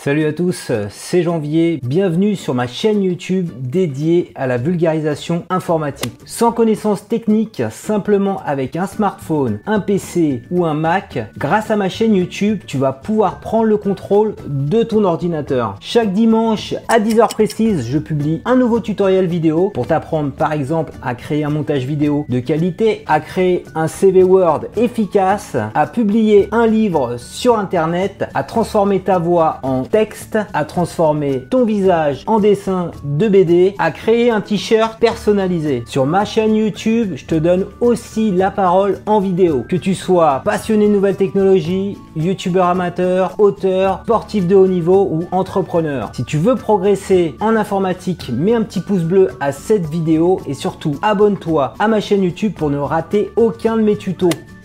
Salut à tous, c'est Janvier, bienvenue sur ma chaîne YouTube dédiée à la vulgarisation informatique. Sans connaissance technique, simplement avec un smartphone, un PC ou un Mac, grâce à ma chaîne YouTube, tu vas pouvoir prendre le contrôle de ton ordinateur. Chaque dimanche à 10h précises, je publie un nouveau tutoriel vidéo pour t'apprendre par exemple à créer un montage vidéo de qualité, à créer un CV Word efficace, à publier un livre sur internet, à transformer ta voix en texte, à transformer ton visage en dessin de BD, à créer un t-shirt personnalisé. Sur ma chaîne YouTube, je te donne aussi la parole en vidéo. Que tu sois passionné de nouvelles technologies, youtubeur amateur, auteur, sportif de haut niveau ou entrepreneur. Si tu veux progresser en informatique, mets un petit pouce bleu à cette vidéo et surtout abonne-toi à ma chaîne YouTube pour ne rater aucun de mes tutos.